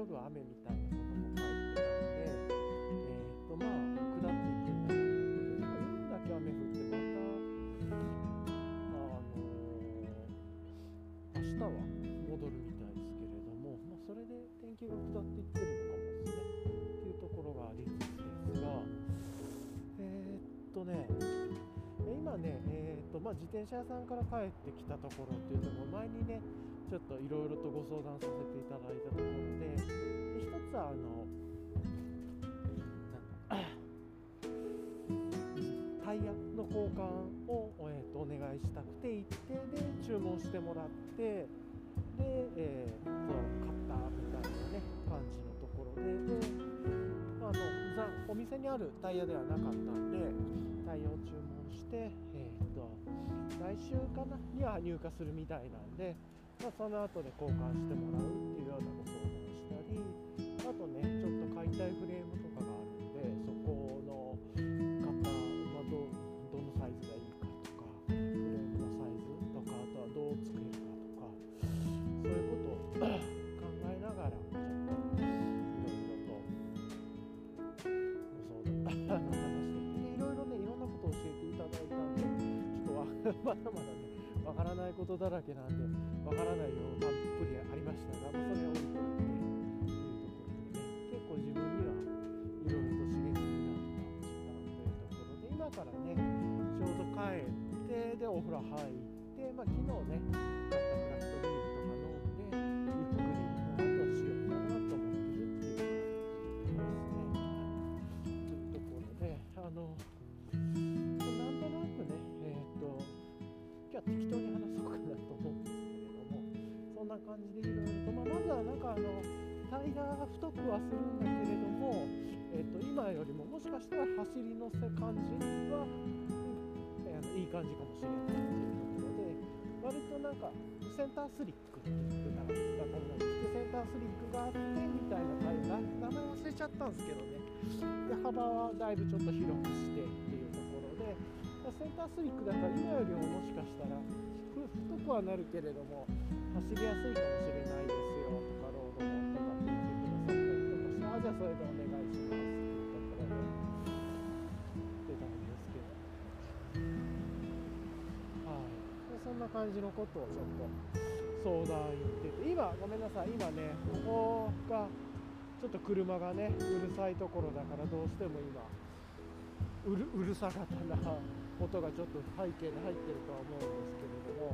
夜雨みたいなことも書いてたんで、まあ下っていくんだろうなと。夜だけ雨降ってまた明日は戻るみたいですけれども、まあ、それで天気が下っていってるのかもですねっていうところがありつつですが、今ね、まあ、自転車屋さんから帰ってきたところっていうところ、前にねちょっといろいろとご相談させていただいたところで、一つはタイヤの交換を、お願いしたくて行って、で注文してもらって、で、買ったみたいなね感じのところで、お店にあるタイヤではなかったんで、タイヤを注文して、来週かなには入荷するみたいなんで、まあ、その後で交換してもらうっていうようなご相談をしたり、あとねちょっと買いたいフレームとかがあるんで、そこの型はどのサイズがいいかとか、フレームのサイズとか、あとはどう作れるかとか、そういうことを考えながらちょっといろいろとご相談話していて、いろいろねいろんなことを教えていただいたんで、ちょっとまだまだねわからないことだらけなんで、わからないようたっぷりありましたが、それを置いといてっていうところでね、結構自分にはいろいろと刺激になった時間というところで、今からねちょうど帰って、でお風呂入って、まあ、昨日ね買ったクラフトビールとか飲んで、ゆっくりもうあとはしようかなと思ってるっていう感じですね。というところで、なんとなくね今日は適当に話そうかなと思うんですけれども、そんな感じでいろいろと、まずはなんかタイヤが太くはするんだけれども、今よりももしかしたら走りの感じはいい感じかもしれないっていうところで、割となんかセンタースリックって言ってたと思うんですけど、センタースリックがあってみたいなタイヤ、名前忘れちゃったんですけどね、で幅はだいぶちょっと広くしてっていうところで、センタースリックだから今よりももしかしたら太くはなるけれども走りやすいかもしれないですよとか、ロードもとかって言ってくださったりとかして、じゃあそれでお願いしますって言ったからね出たんですけど、はい、でそんな感じのことをちょっと相談言ってて、今ごめんなさい、今ねここがちょっと車がねうるさいところだから、どうしても今うるさかったな音がちょっと背景で入ってるとは思うんですけれども、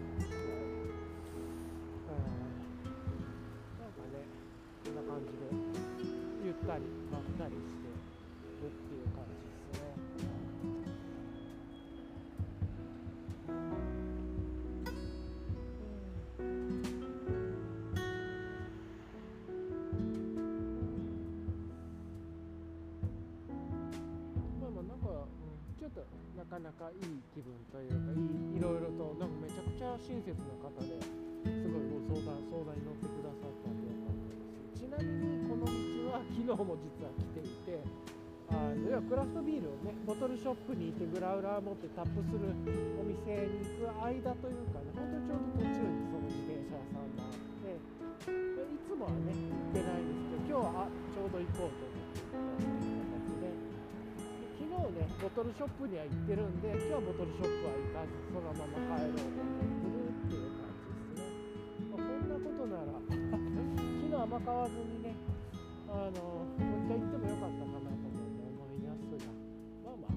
なんかねこんな感じでゆったりまったりしてるっていう感じですね。ちょっとなかなかいい気分というか、いろいろとなんかめちゃくちゃ親切な方ですごいご相談に乗ってくださったんでよかったです。ちなみにこの道は昨日も実は来ていて、要はクラフトビールをねボトルショップに行ってグラウラー持ってタップするお店に行く間というかね、本当にちょうど途中にその自転車屋さんがあって、いつもはね行ってないんですけど、今日はちょうど行こうと思って行ったっていう形で、昨日ねボトルショップには行ってるんで、今日はボトルショップは行かずそのまま帰ろうと思ってるっていう感じですね。こんなことなら昨日あんま買わずにねもう一回行ってもよかったかなと思いますが、まあまあ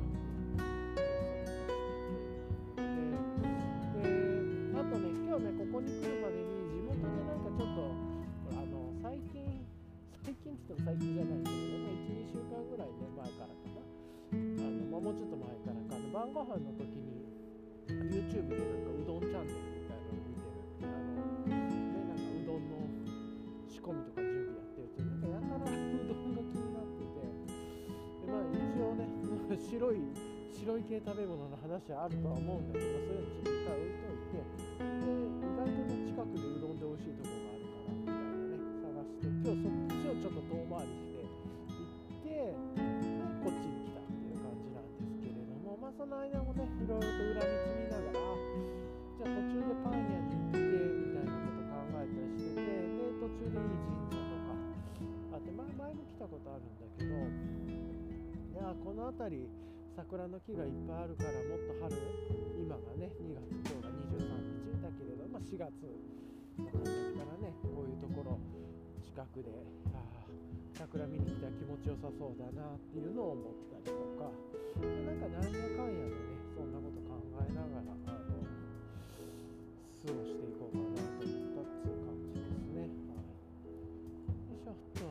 で、あとね今日ねここに来るまでに地元でなんかちょっと最近って言っても最近じゃないけど、1,2 週間ぐらいね前からかな、もうちょっと前からか晩ご飯の時に YouTube でなんかうどんチャンネルみたいなのを見てるって、なんかうどんの仕込みとか準備やってるって、なんかやたらうどんが気になってて、で一応ね白い系食べ物の話はあるとは思うんだけど、そういうのちょっと一回置いといて、で意外とね近くでうどんで美味しいところがあるからみたいなね探して、今日そっちをちょっと遠回りして行ってこっちに来たっていう感じなんですけれども、その間もねいろいろと裏道見ながら、じゃあ途中でパン屋に行ってみたいなこと考えたりしてて、で途中でいい神社とかの辺り桜の木がいっぱいあるから、もっと春、今がね2月、今日が23日だけれど、4月の感じからね、こういうところ近くで桜見に来たら気持ちよさそうだなっていうのを思ったりとか、なんかなんやかんやでね、そんなこと考えながら過ごしていこうかなと思ったっていう感じですね。はい、よいしょっと。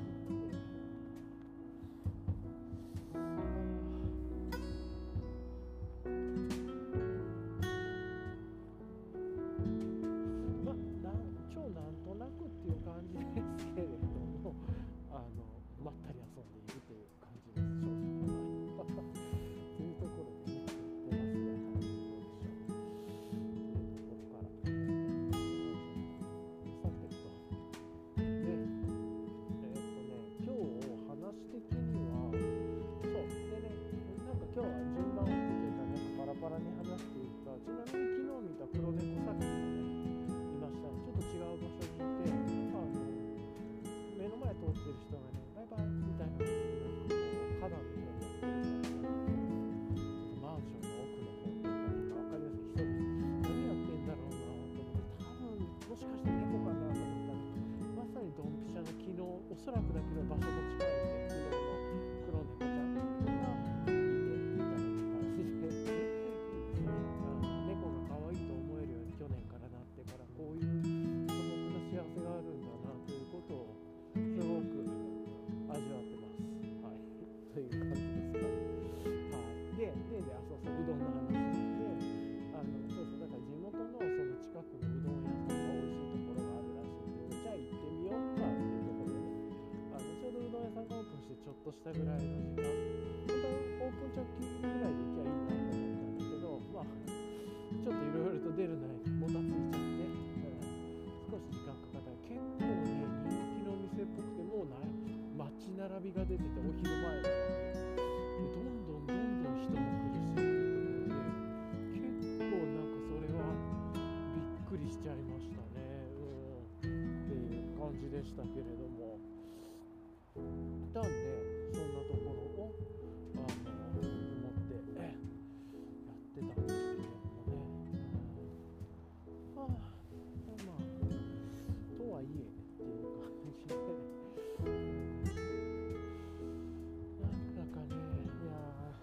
超なんとなくっていう感じですけれども、まったり遊んでいるという感じです、正直。というところでね、言ってますが、どうでしょう。というところから、さてと。で、今日話的には、そうでね、なんか今日は順番を追ってというか、なんかパラパラに話していくか、ちなみに昨日見た黒猫作品もね、ちょっと違う場所にいて、目の前通ってる人がね、バイバイみたいなことで、花壇の方にやってるから、ちょっとマンションの奥の方とか、なんか分かりやすい人何やってんだろうなと思って、多分もしかして猫かなと思ったら、まさにドンピシャの昨日、おそらくだけど場所も近いんで、昨日の黒猫ちゃんがいてみたいな感じで、いいですね。猫が可愛いと思えるように去年からなってから、こういう幸せがあるんだなということをすごく味わってます。はい、という感じですか。はい、で、そうそう、うどんの話で、そうそう、だから地元のその近くのうどん屋さんが美味しいところがあるらしいので、じゃあ行ってみようかっていうところで、ちょうどうどん屋さんがオープンしてちょっとしたぐらいの時間、本当はオープン直近ぐらいで行きゃいいなと思ったんだけど、ちょっといろいろと出るのにもたついちゃって、少し時間かかったら結構ね、人気の店っぽくて、もう街並びが出てて、お昼前なので、どんどん人も来るしっていうところで、結構なんかそれはびっくりしちゃいましたね。っていう感じでしたけれども、なんでそんなところを思ってやってたんですけれどもね。とはいえっていう感じで、なんかね、いや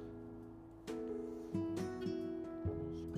楽しく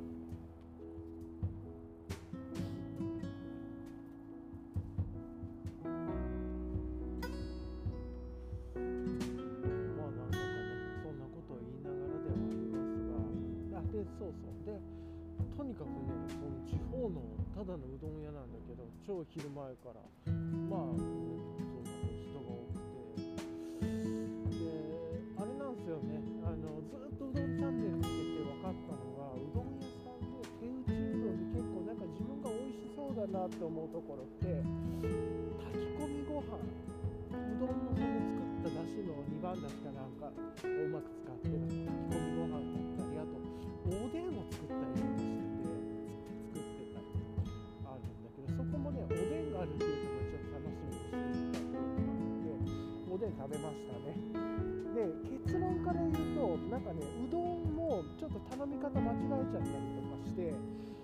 なんかね、そんなことを言いながらではありますが、でそうで、とにかくね、その地方のただのうどん屋なんだけど、超昼前から、そうなんです、人が多くて、で、あれなんですよね、ずっとうどんチャンネル見てて分かったのが、うどん屋さんで手打ちうどんで結構なんか自分が美味しそうだなって思うところって、炊き込みご飯、うどんのその作っただしの2番だしかなんかをうまく使ってる炊き込みご飯だったり、あとおでんを作ったりとかしてて、作ってたりあるんだけど、そこもね、おでんがあるっていうのもちょっと楽しみにしていたっていうのがあって、おでん食べましたね。で、結論から言うと、なんかね、うどんもちょっと頼み方間違えちゃったりとかして、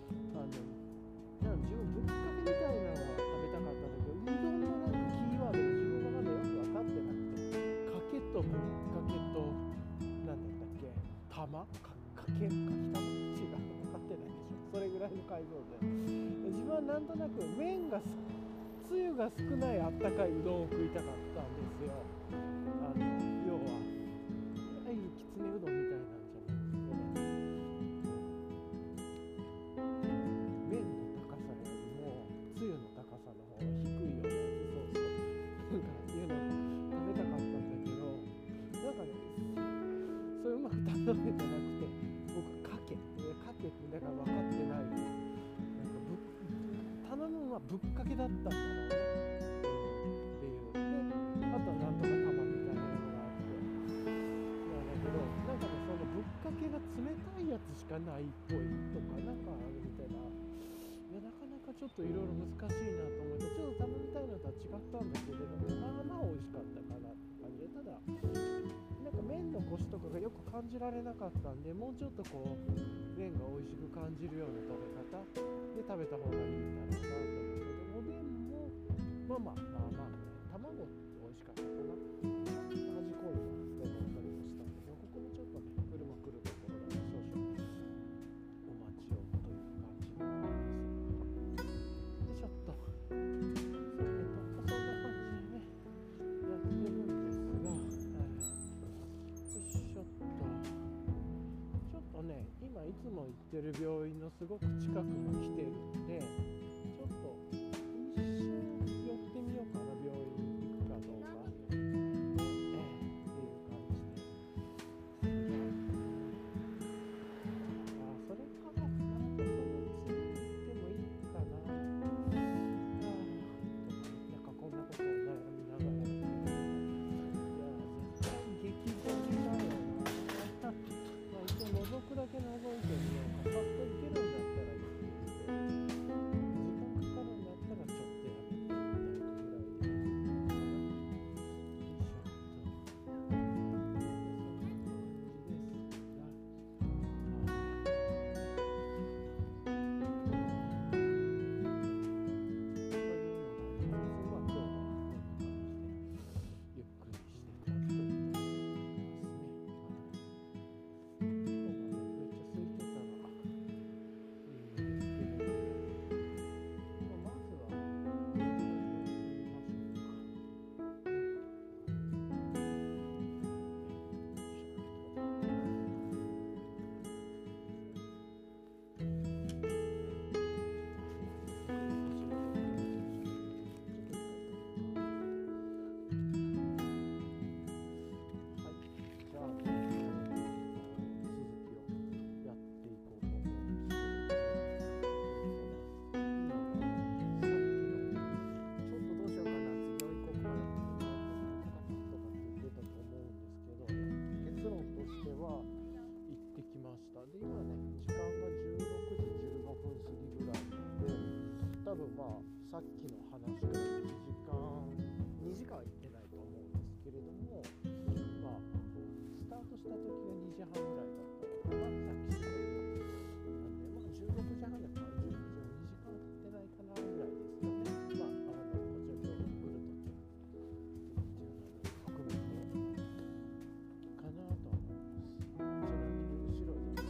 自分ぶっかけみたいなのは食べたかったんだけど、うどんのなんかキーワードが自分がまだよく分かってなくて、かけとぶっかけとなんだったっけ、玉かき玉、違う、分かってないでしょ、それぐらいの解像で、自分はなんとなくつゆが少ないあったかいうどんを食いたかったんですよ。要はいわゆるきつねうどんみたいなんじゃなくて、麺の高さよりもつゆの高さの方が低いようなやつ、そうなんかいうのを食べたかったんだけど、なんかね、それうまく頼めてなくて、僕かけってだから分かってない、なんか頼むのはぶっかけだったんだろうね、っていうで、あとはなんとか玉みたいなのがあって、なんだけど、なんかね、そのぶっかけが冷たいやつしかないっぽいとかなんかあるみたいな、いや、なかなかちょっといろいろ難しいなと思って、ちょっと頼みたいのとは違ったんだけれども、まあ美味しかったかなって感じで、ただなんか麺のコく感じられなかったんで、もうちょっとこう麺が美味しく感じるような食べ方で食べた方がいいんだろうなと思うけど、おでんもまあね、卵美味しかったかな。味濃いなって思ったりもしたんで、ここもちょっとね、車来るところで少々お待ちをという感じなんです。でちょっとそんな感じでねやってるんですが、ちょっとね、今いつも行ってる病院のすごく近くも来てるんで、ちょっと一瞬寄ってみようかな、病院に行くかどうかっていう感じで、それからなんかその次に行ってもいいかな、なんかこんなことを悩みながらやってる。いや絶対激混みだよな。一応覗くだけ覗いてみようか。パッと行けるんだったらいいんですけど、時間かかるんだったらちょっとやってみたいぐらいでいいかな。よいしょっと。そんな感じ多分さっきの話から2時間は行ってないと思うんですけれども、スタートした時が2時半ぐらいだったのかな、さっきなんで16時半だから2時間経ってないかなぐらいですよね。もちろん来るときっていうのを含めてかなと思います。ちなみに後ろで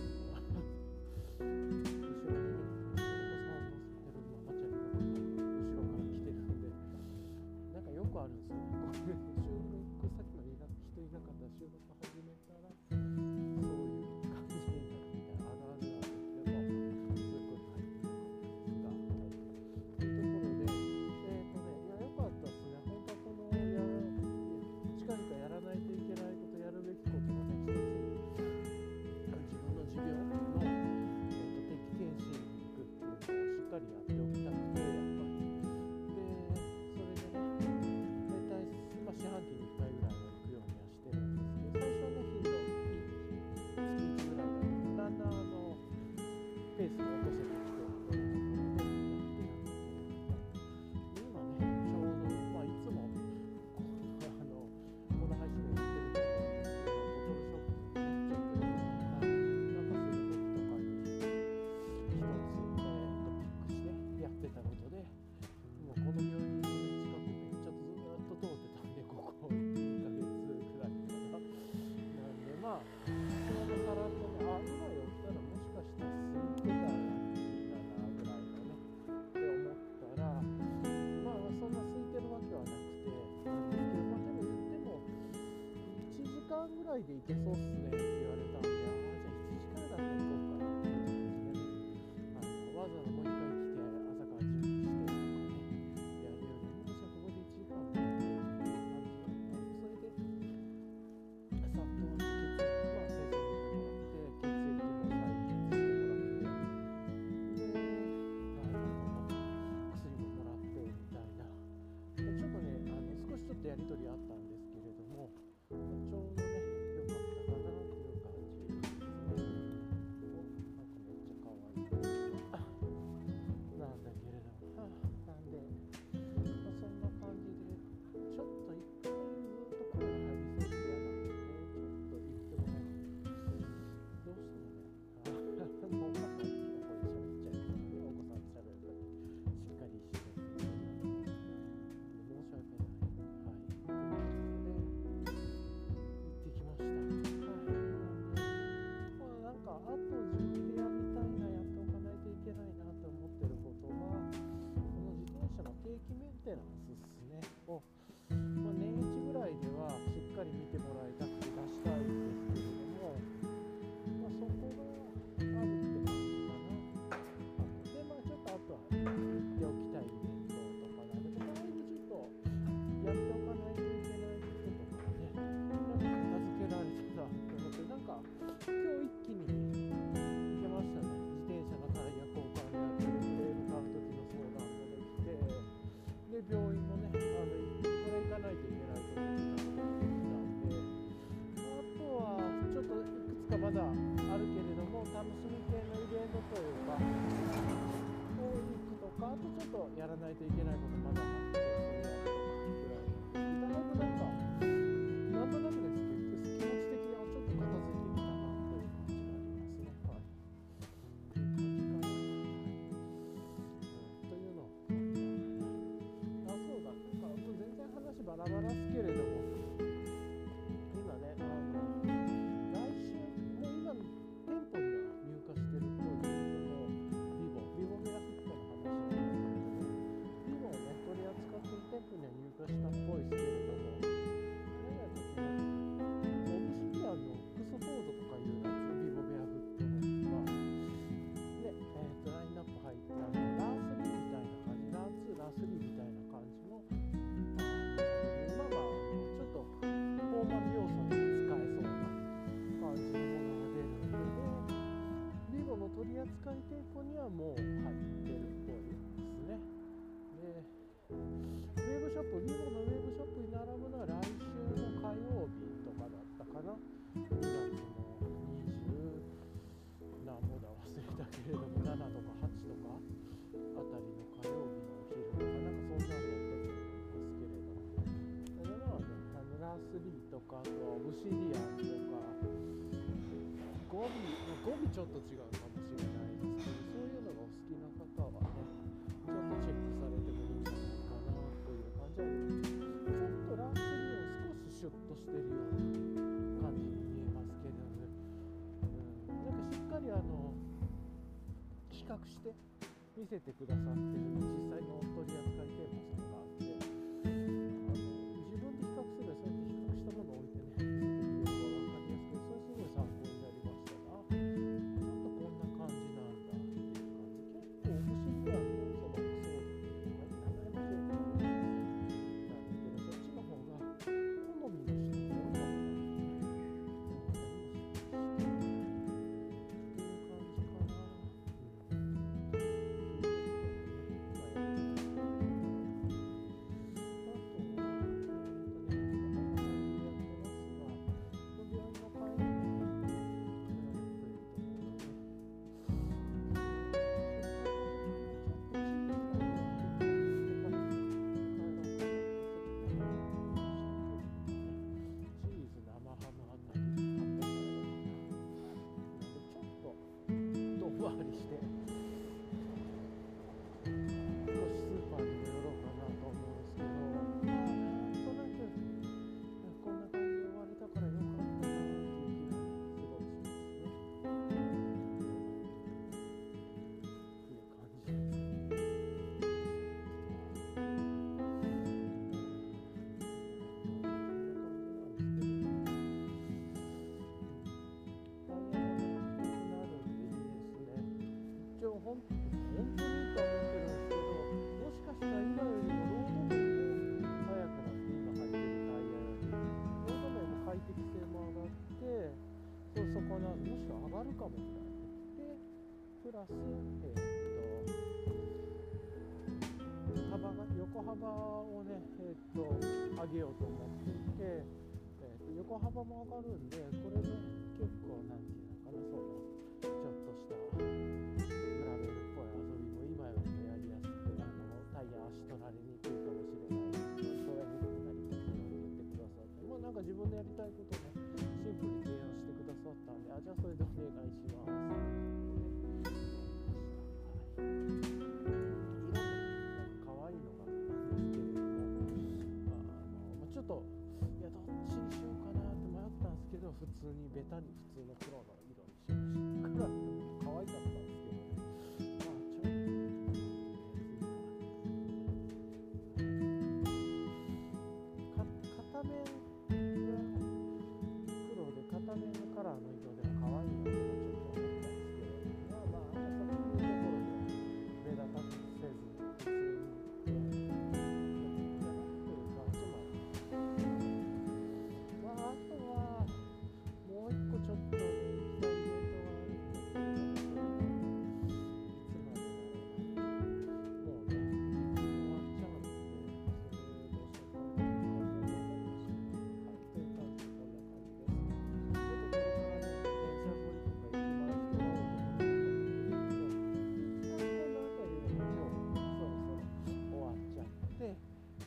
あるんですよね。収録さっきまで人いなかったら収録始めたらそういう感じになるみたいなあるあるなんですけど、そういうこと入ってるんですが、というところでいや良かったですね。本当はこの近々やらないといけないこと、やるべきことがね、一つ自分の持病の、定期検診に行くっていうのをしっかりやっておきたくて、やっぱり四半期に1回ぐらいは行くようにはしてるんですけど、最初はね頻度月1ぐらいだったんです。だんだんペースを落とせてきてるというところでやって今ねちょうど、いつもこの配信で言ってると思うんですけど、ボトルショップのねちょっとなんかそういう時とかに一つピックしてやってたことで、もうこの病院のね近くねちょっとずっと通ってたんで、ここ2ヶ月くらいかな。なんでちょうどさらっとね、今寄ったらもしかしたら空いてたらぐらいのねって思ったら、そんな空いてるわけはなくてなんですけど、でも言っても1時間ぐらいで行けそうっすねって言われたんで、じゃあ1時間だったら行こうかなっていう感じでね、わざわざもう一回来て朝から準備してとかねやるよりも、じゃあここで1時間もそれでさっと生成見てもらって血液も採血してもらって、薬ももらってみたいな、ちょっとね少しちょっとやり取りあったんですけれども、ちょうどね良かったかなという定期メンテナンスですねを、年一ぐらいではしっかり見てもらいたくて出したいんですけれども、そこがあるって感じかな。でちょっとあとは言っておきたいイベントとかなんで、だいぶちょっとやっておかないといけないこととかね、なんか片付けられてたと思って、なんか今日一気に行けましたね。自転車のタイヤ交換やってフレーム買う時の相談もできて、で病院もねこれ行かないといけないと思ってたので行ったんで、あとはちょっといくつかまだあるけれども楽しみ系のイベントというかを行くとか、あとちょっとやらないといけないことまだあって、それやるとかぐらいだいぶなんとなくですけど気持ち的にはちょっと片付いてきたなという感じがありますね。はい。というのをそうだ、なんかもう全然話バラバラっすけれども、今ね来週もう今店舗には入荷してるっぽいけれども、ビボベアフットの話なんですけれども、ビボをね取り扱ってる店舗には入荷したっぽいですけれども、何やったっけな、オブシディアンのクスフォードとかいうやつ、ビボベアフットのがね、ラインナップ入ってラー3みたいな感じ、ラー2、ラー3みたいな感じのちょっとフォーマル要素に使えそうな感じのものが出るので、ビボの取扱店舗にはもう入ってるっぽいですね。でウェブショップ、ビボのウェブショップに並ぶのは来週の火曜日とかだったかな。2月の20何もだ忘れたけれども、7とか8とかあたりの火曜日のお昼とかなんかそんなのだったと思いますけれども、でラー3とか、あとはオブシディアンとか語尾ちょっと違うかもしれないですけど、そういうのがお好きな方はねちょっとチェックされてもいいんじゃないかなという感じはあります。ちょっとラー3を少しシュッとしてるような感じに見えますけれども、なんかしっかり比較して見せてくださってる実際の取り扱い店舗さんがあって、自分で比較するよりそうやって比較したものを置いてね見せてくれるのが分かりやすくて、それすごい参考になりましたが、ちょっとこんな感じなんだっていう感じ、結構面白いそのそう名前も知らないなんだけど、そっちの方が好みの人も多いかもなっていう感じかな。して少しスーパーに寄ろうかなと思うんですけど、なんとなくこんな感じで終われたからよかったなっていう気がすごいしますね。っていう感じです。本当にいいとは思ってるんですけど、もしかしたら今よりもロード面も速くなって、今履いてるタイヤよりロード面も快適性も上がって、そこなむしろ上がるかもみたいなで、プラス横幅をね上げようと思っていて、横幅も上がるんで、これで結構なんていうのかな、ちょっとしたグラベルっぽい遊びも今よりもやりやすく、タイヤ足取られにくいかもしれないですけど、取られにくくなりたいと言ってくださって、もうなんか自分でやりたいことねシンプルに提案してくださったんで、じゃあそれでお願いしますっていうことで、色もなんか可愛いのがあったんですけれども、ちょっとどっちにしようかなって迷ったんですけど、普通にベタに普通の黒の色にしましたから可愛く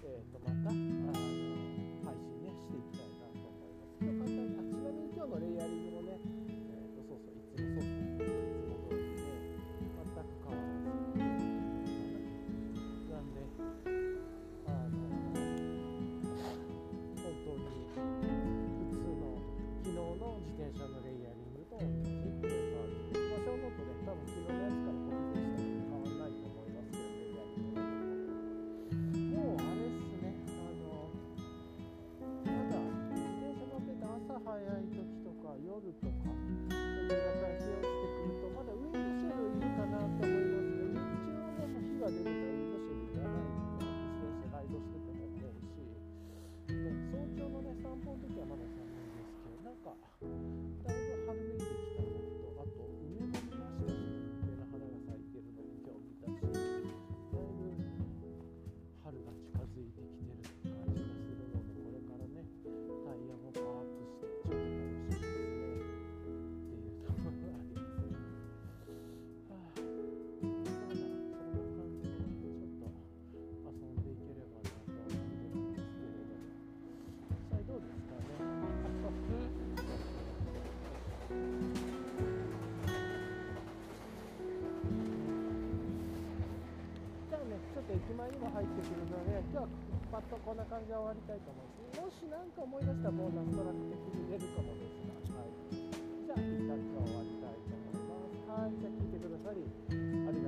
また配信ねしていきたいなと思います。今日簡単にちなみに今日のレイヤリングもね、そうそういつも通りね全く変わらずなんで本当に普通の昨日の自転車のレイヤリングと同じっていう感じで、ショーノートで多分昨日のやつからコピペしたので変わらないと思いますけど、レイヤリングのもうあれっすね、まだ自転車乗ってて朝早い時とか夜とか夕方日をしてくるとまだウィンドシェルいるかなと思いますけど、日中はねもう日が出てたらウィンドシェルいらないって自転車ライドしてても思うし、早朝のね散歩の時はまだ寒いですけど、なんかだいぶ春めいてきたのと、あと梅も見ましたし、梅の花が咲いてるのも今日見たし、だいぶ春が近づいてきてる感じがするので、これからねタイヤもパワーアップしてちょっと楽しみですねっていうところがありますね。まだそんな感じでちょっと遊んでいければなと思ってるんですけれども、実際どうですかね。じゃあね、ちょっと駅前にも入ってくるので、今日はパッとこんな感じで終わりたいと思います。もし何か思い出したらボーナストラック的に出るかもですが、はい。じゃあ一旦今日は終わりたいと思います。はい、じゃあ聞いてくださりありがとうございました。